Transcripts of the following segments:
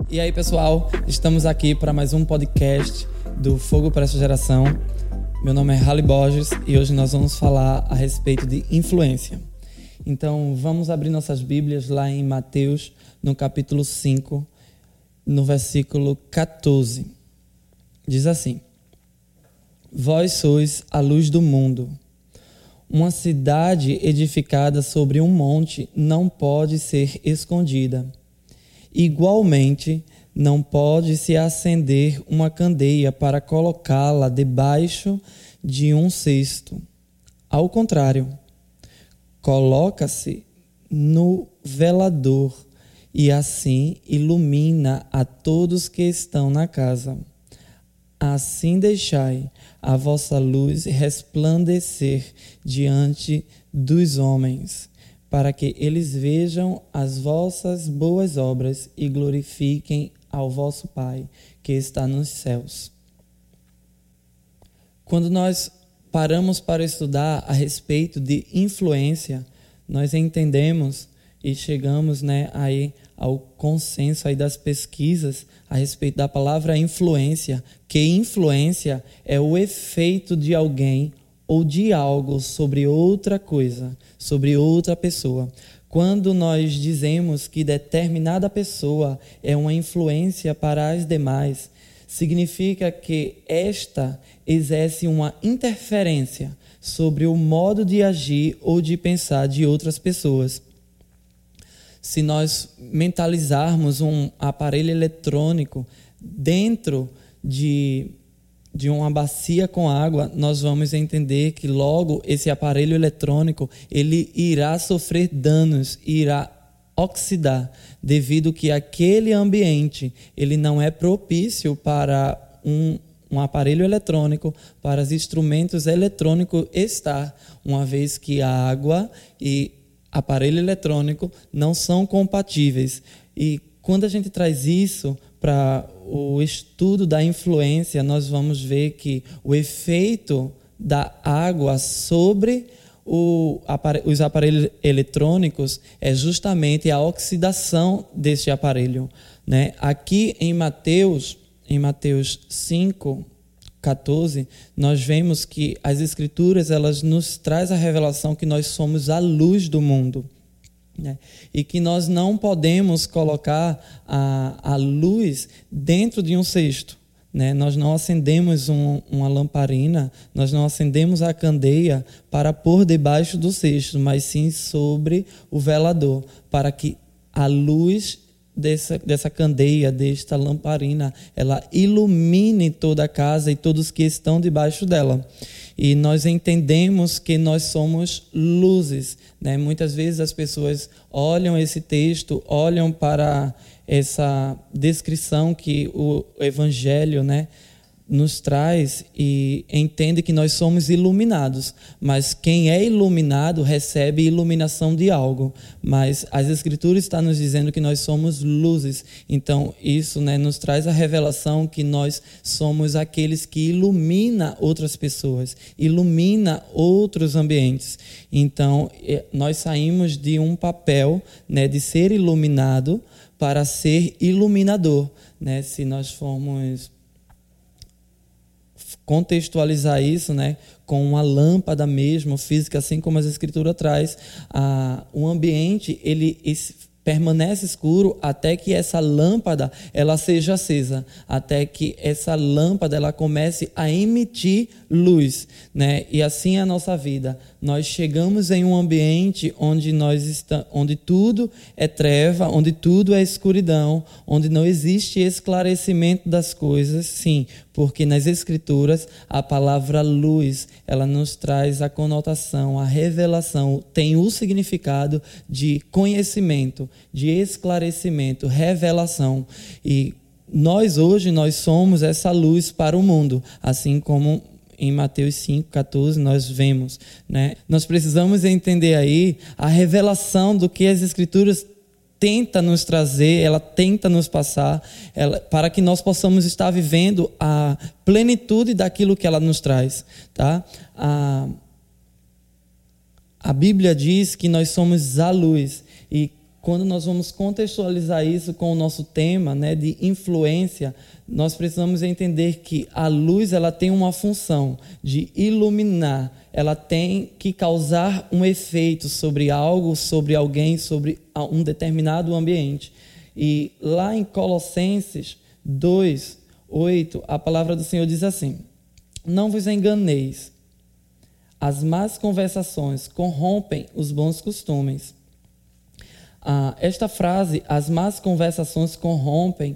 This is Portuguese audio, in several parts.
E aí, pessoal, estamos aqui para mais um podcast do Fogo para esta geração. Meu nome é Hali Borges e hoje nós vamos falar a respeito de influência. Então, vamos abrir nossas Bíblias lá em Mateus, no capítulo 5, no versículo 14. Diz assim: Vós sois a luz do mundo. Uma cidade edificada sobre um monte não pode ser escondida. Igualmente, não pode se acender uma candeia para colocá-la debaixo de um cesto. Ao contrário, coloca-se no velador e assim ilumina a todos que estão na casa. Assim deixai a vossa luz resplandecer diante dos homens, para que eles vejam as vossas boas obras e glorifiquem ao vosso Pai que está nos céus. Quando nós paramos para estudar a respeito de influência, nós entendemos e chegamos aí ao consenso aí das pesquisas a respeito da palavra influência, que influência é o efeito de alguém ou de algo sobre outra coisa, sobre outra pessoa. Quando nós dizemos que determinada pessoa é uma influência para as demais, significa que esta exerce uma interferência sobre o modo de agir ou de pensar de outras pessoas. Se nós mentalizarmos um aparelho eletrônico dentro de uma bacia com água, nós vamos entender que logo esse aparelho eletrônico ele irá sofrer danos, irá oxidar, devido que aquele ambiente ele não é propício para um aparelho eletrônico, para os instrumentos eletrônicos estar, uma vez que a água e aparelho eletrônico não são compatíveis. E quando a gente traz isso para o estudo da influência, nós vamos ver que o efeito da água sobre os aparelhos eletrônicos é justamente a oxidação deste aparelho, né? Aqui em Mateus 5, 14, nós vemos que as Escrituras elas nos trazem a revelação que nós somos a luz do mundo, né? E que nós não podemos colocar a luz dentro de um cesto, né? Nós não acendemos uma lamparina, nós não acendemos a candeia para pôr debaixo do cesto, mas sim sobre o velador, para que a luz dessa candeia, desta lamparina, ela ilumine toda a casa e todos que estão debaixo dela. E nós entendemos que nós somos luzes, né? Muitas vezes as pessoas olham esse texto, olham para essa descrição que o Evangelho, né, nos traz e entende que nós somos iluminados, mas quem é iluminado recebe iluminação de algo, mas as Escrituras estão nos dizendo que nós somos luzes. Então isso, né, nos traz a revelação que nós somos aqueles que ilumina outras pessoas, ilumina outros ambientes. Então nós saímos de um papel, né, de ser iluminado para ser iluminador, né? Se nós formos contextualizar isso, né, com uma lâmpada mesmo, física, assim como as Escrituras traz, o ambiente ele permanece escuro até que essa lâmpada ela seja acesa, até que essa lâmpada ela comece a emitir luz, né? E assim é a nossa vida. Nós chegamos em um ambiente onde tudo é treva, onde tudo é escuridão, onde não existe esclarecimento das coisas, sim, porque nas Escrituras a palavra luz, ela nos traz a conotação, a revelação, tem o significado de conhecimento, de esclarecimento, revelação. E nós hoje somos essa luz para o mundo, assim como em Mateus 5, 14 nós vemos, né? Nós precisamos entender aí a revelação do que as Escrituras tenta nos trazer, ela tenta nos passar, para que nós possamos estar vivendo a plenitude daquilo que ela nos traz, tá? A Bíblia diz que nós somos a luz, e quando nós vamos contextualizar isso com o nosso tema, né, de influência, nós precisamos entender que a luz ela tem uma função de iluminar, ela tem que causar um efeito sobre algo, sobre alguém, sobre um determinado ambiente. E lá em Colossenses 2:8, a palavra do Senhor diz assim: não vos enganeis, as más conversações corrompem os bons costumes. Esta frase, as más conversações corrompem,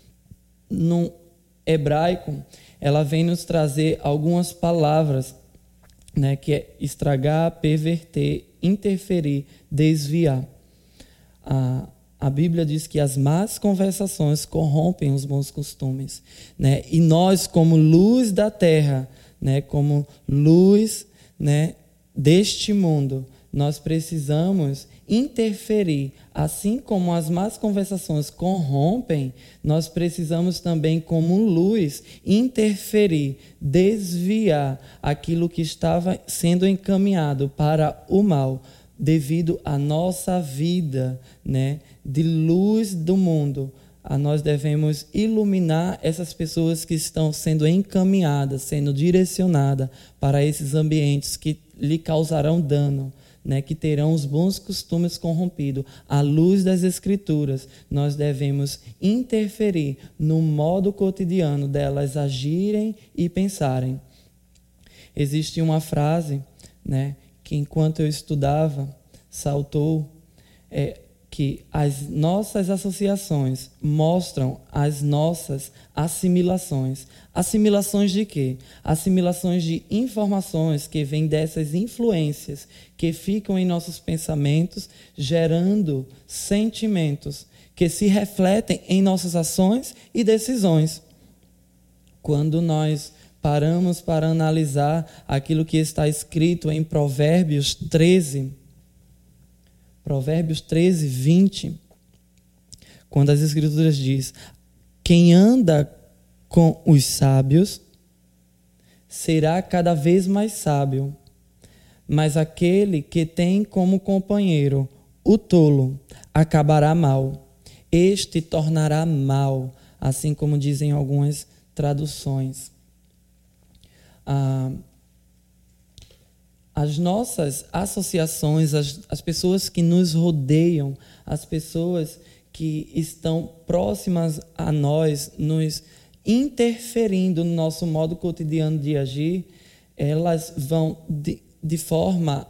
no hebraico, ela vem nos trazer algumas palavras, né, que é estragar, perverter, interferir, desviar. A Bíblia diz que as más conversações corrompem os bons costumes, né? E nós, como luz da terra, né, como luz, né, deste mundo, nós precisamos interferir. Assim como as más conversações corrompem, nós precisamos também, como luz, interferir, desviar aquilo que estava sendo encaminhado para o mal, devido à nossa vida, né, de luz do mundo. Nós devemos iluminar essas pessoas que estão sendo encaminhadas, sendo direcionadas para esses ambientes que lhe causarão dano, né, que terão os bons costumes corrompidos. À luz das Escrituras, nós devemos interferir no modo cotidiano delas agirem e pensarem. Existe uma frase, né, que enquanto eu estudava, saltou, que as nossas associações mostram as nossas assimilações. Assimilações de quê? Assimilações de informações que vêm dessas influências que ficam em nossos pensamentos, gerando sentimentos que se refletem em nossas ações e decisões. Quando nós paramos para analisar aquilo que está escrito em Provérbios 13:20, quando as Escrituras diz: quem anda com os sábios será cada vez mais sábio, mas aquele que tem como companheiro o tolo acabará mal. Este tornará mal, assim como dizem algumas traduções. As nossas associações, as pessoas que nos rodeiam, as pessoas que estão próximas a nós, nos interferindo no nosso modo cotidiano de agir, elas vão, de forma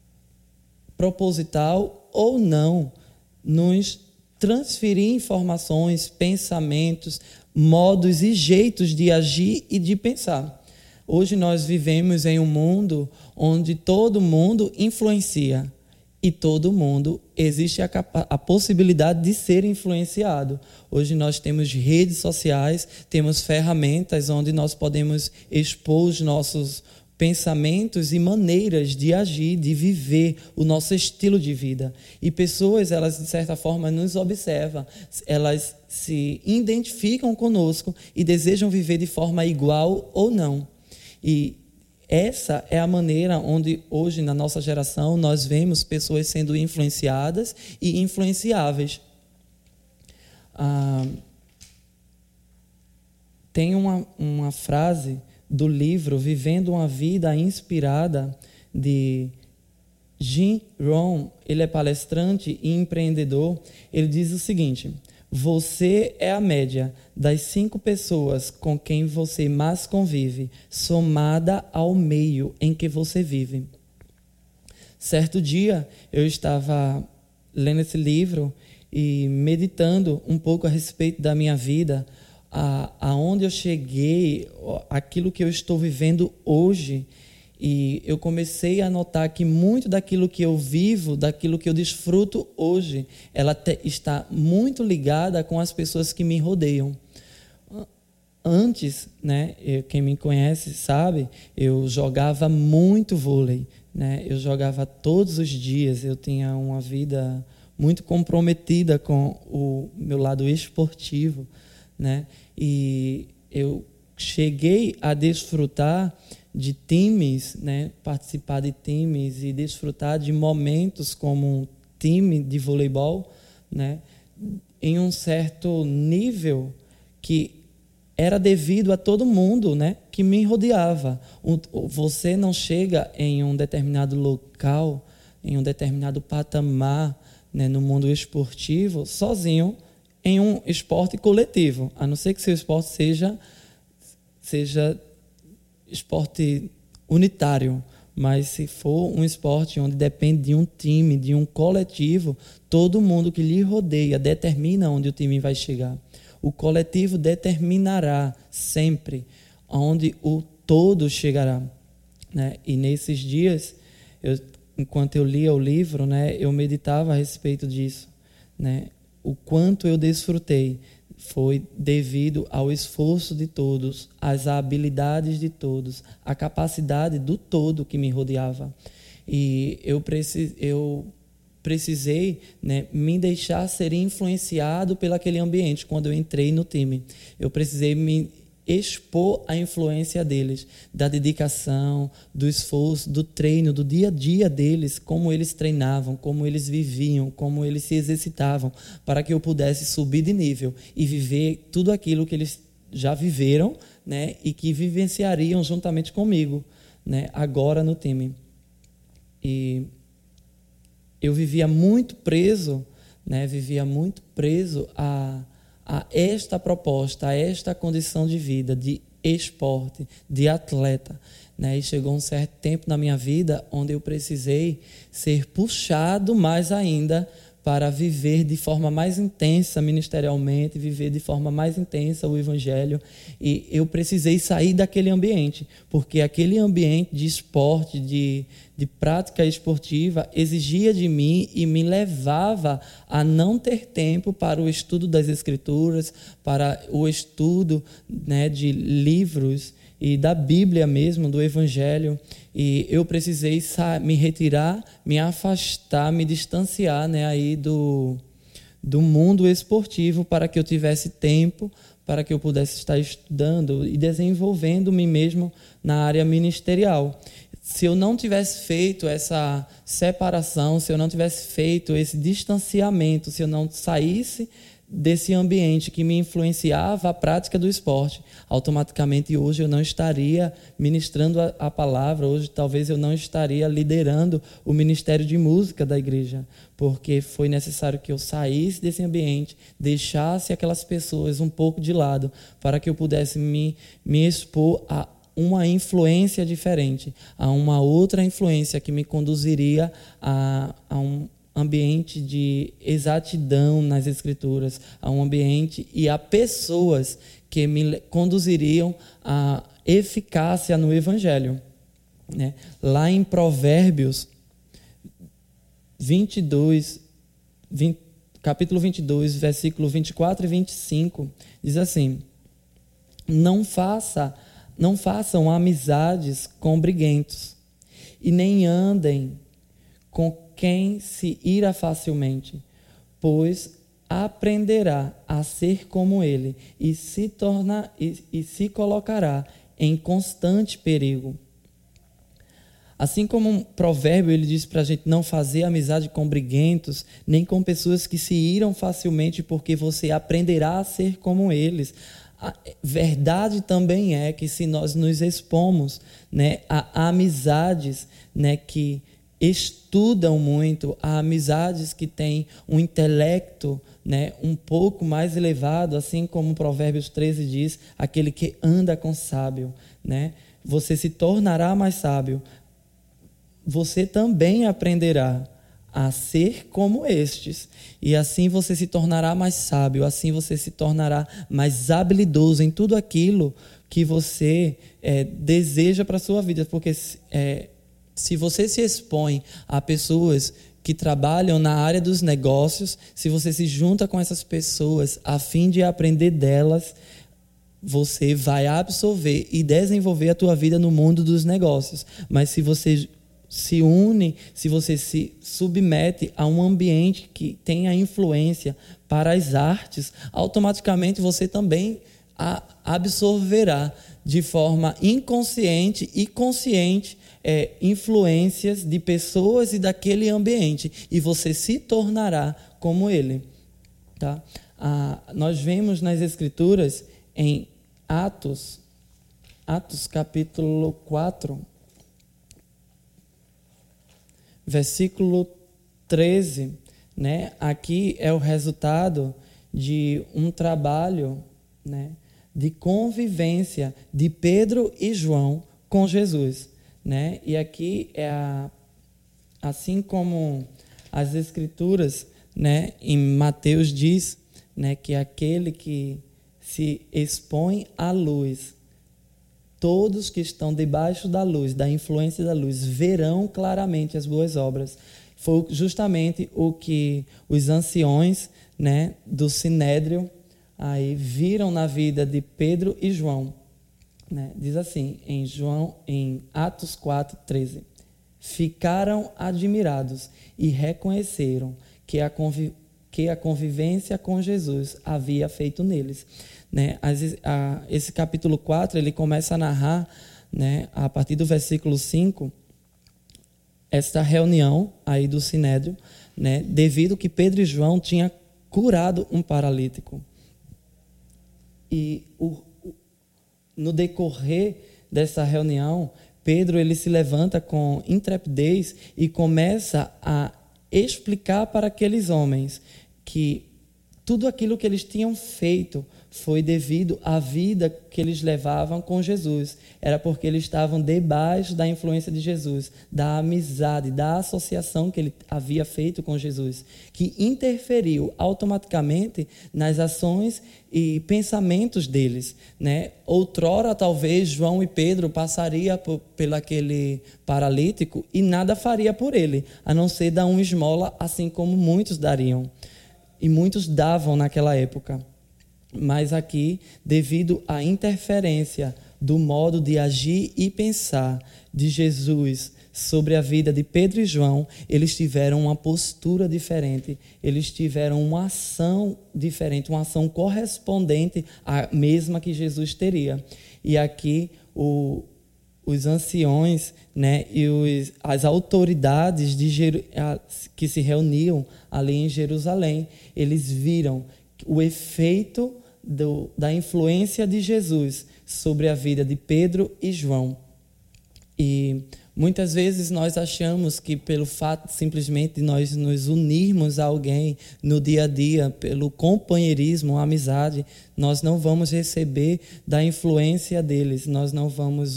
proposital ou não, nos transferir informações, pensamentos, modos e jeitos de agir e de pensar. Hoje nós vivemos em um mundo onde todo mundo influencia e todo mundo existe a possibilidade de ser influenciado. Hoje nós temos redes sociais, temos ferramentas onde nós podemos expor os nossos pensamentos e maneiras de agir, de viver o nosso estilo de vida. E pessoas, elas de certa forma nos observam, elas se identificam conosco e desejam viver de forma igual ou não. E essa é a maneira onde hoje na nossa geração nós vemos pessoas sendo influenciadas e influenciáveis. Tem uma frase do livro Vivendo uma Vida Inspirada, de Jim Rohn. Ele é palestrante e empreendedor. Ele diz o seguinte: você é a média das 5 pessoas com quem você mais convive, somada ao meio em que você vive. Certo dia, eu estava lendo esse livro e meditando um pouco a respeito da minha vida, aonde eu cheguei, aquilo que eu estou vivendo hoje. E eu comecei a notar que muito daquilo que eu vivo, daquilo que eu desfruto hoje, ela está muito ligada com as pessoas que me rodeiam. Antes, né, quem me conhece sabe, eu jogava muito vôlei, né? Eu jogava todos os dias, eu tinha uma vida muito comprometida com o meu lado esportivo, né? E eu cheguei a desfrutar de times, né, participar de times e desfrutar de momentos como um time de voleibol, né, em um certo nível que era devido a todo mundo, né, que me rodeava. Você não chega em um determinado local, em um determinado patamar, né, no mundo esportivo, sozinho, em um esporte coletivo, a não ser que seu esporte seja esporte unitário. Mas se for um esporte onde depende de um time, de um coletivo, todo mundo que lhe rodeia determina onde o time vai chegar. O coletivo determinará sempre onde o todo chegará, né? E nesses dias, enquanto eu lia o livro, né, eu meditava a respeito disso, né? O quanto eu desfrutei foi devido ao esforço de todos, às habilidades de todos, à capacidade do todo que me rodeava. E eu precisei, né, me deixar ser influenciado pelo aquele ambiente quando eu entrei no time. Eu precisei me expor à influência deles, da dedicação, do esforço, do treino, do dia a dia deles, como eles treinavam, como eles viviam, como eles se exercitavam, para que eu pudesse subir de nível e viver tudo aquilo que eles já viveram, né, e que vivenciariam juntamente comigo, né, agora no time. E eu vivia muito preso a esta proposta, a esta condição de vida, de esporte, de atleta, né? E chegou um certo tempo na minha vida onde eu precisei ser puxado mais ainda para viver de forma mais intensa ministerialmente, viver de forma mais intensa o Evangelho. E eu precisei sair daquele ambiente, porque aquele ambiente de esporte, de prática esportiva, exigia de mim e me levava a não ter tempo para o estudo das Escrituras, para o estudo, né, de livros e da Bíblia mesmo, do Evangelho. E eu precisei me retirar, me afastar, me distanciar, né, aí do mundo esportivo, para que eu tivesse tempo, para que eu pudesse estar estudando e desenvolvendo-me mesmo na área ministerial. Se eu não tivesse feito essa separação, se eu não tivesse feito esse distanciamento, se eu não saísse desse ambiente que me influenciava a prática do esporte, automaticamente hoje eu não estaria ministrando a palavra, hoje talvez eu não estaria liderando o ministério de música da igreja, porque foi necessário que eu saísse desse ambiente, deixasse aquelas pessoas um pouco de lado, para que eu pudesse me expor a uma influência diferente, a uma outra influência que me conduziria a um ambiente de exatidão nas Escrituras, a um ambiente e a pessoas que me conduziriam à eficácia no Evangelho, né? Lá em Provérbios 22, capítulo 22, versículo 24 e 25, diz assim: Não façam amizades com briguentos, e nem andem com quem se ira facilmente, pois aprenderá a ser como ele e se colocará em constante perigo. Assim como um provérbio, ele diz para a gente não fazer amizade com briguentos, nem com pessoas que se iram facilmente, porque você aprenderá a ser como eles. A verdade também é que se nós nos expomos, né, a amizades, né, que estudam muito, a amizades que têm um intelecto, né, um pouco mais elevado, assim como Provérbios 13 diz, aquele que anda com sábio, né, você se tornará mais sábio. Você também aprenderá a ser como estes, e assim você se tornará mais sábio, assim você se tornará mais habilidoso em tudo aquilo que você deseja para a sua vida, porque se você se expõe a pessoas que trabalham na área dos negócios, se você se junta com essas pessoas a fim de aprender delas, você vai absorver e desenvolver a tua vida no mundo dos negócios. Mas se você se une, se você se submete a um ambiente que tenha influência para as artes, automaticamente você também absorverá de forma inconsciente e consciente influências de pessoas e daquele ambiente, e você se tornará como ele, tá? Nós vemos nas Escrituras, em Atos capítulo 4, versículo 13, né? Aqui é o resultado de um trabalho, né, de convivência de Pedro e João com Jesus, né? E aqui assim como as Escrituras, né, em Mateus diz, né, que aquele que se expõe à luz, todos que estão debaixo da luz, da influência da luz, verão claramente as boas obras. Foi justamente o que os anciões, né, do Sinédrio aí viram na vida de Pedro e João, né? Diz assim em Atos 4:13: ficaram admirados e reconheceram que a convivência com Jesus havia feito neles, né? Esse capítulo 4 ele começa a narrar, né, a partir do versículo 5, esta reunião aí do Sinédrio, né, devido que Pedro e João tinham curado um paralítico. E no decorrer dessa reunião, Pedro ele se levanta com intrepidez e começa a explicar para aqueles homens que tudo aquilo que eles tinham feito foi devido à vida que eles levavam com Jesus. Era porque eles estavam debaixo da influência de Jesus, da amizade, da associação que ele havia feito com Jesus, que interferiu automaticamente nas ações e pensamentos deles, né? Outrora, talvez, João e Pedro passariam pelo aquele paralítico e nada faria por ele, a não ser dar uma esmola, assim como muitos dariam. E muitos davam naquela época. Mas aqui, devido à interferência do modo de agir e pensar de Jesus sobre a vida de Pedro e João, eles tiveram uma postura diferente, eles tiveram uma ação diferente, uma ação correspondente à mesma que Jesus teria. E aqui os anciões, né, e as autoridades que se reuniam ali em Jerusalém, eles viram o efeito da influência de Jesus sobre a vida de Pedro e João. E muitas vezes nós achamos que pelo fato simplesmente de nós nos unirmos a alguém no dia a dia, pelo companheirismo, a amizade, nós não vamos receber da influência deles, nós não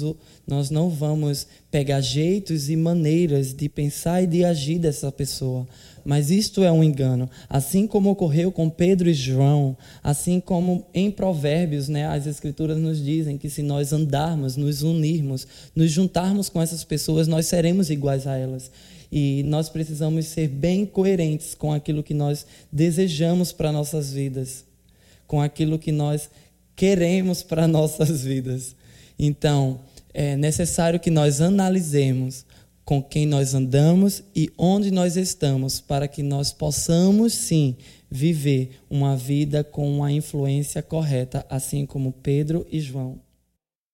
vamos pegar jeitos e maneiras de pensar e de agir dessa pessoa. Mas isto é um engano. Assim como ocorreu com Pedro e João, assim como em Provérbios, né, as Escrituras nos dizem que se nós andarmos, nos unirmos, nos juntarmos com essas pessoas, nós seremos iguais a elas. E nós precisamos ser bem coerentes com aquilo que nós desejamos para nossas vidas, com aquilo que nós queremos para nossas vidas. Então, é necessário que nós analisemos com quem nós andamos e onde nós estamos, para que nós possamos, sim, viver uma vida com uma influência correta, assim como Pedro e João.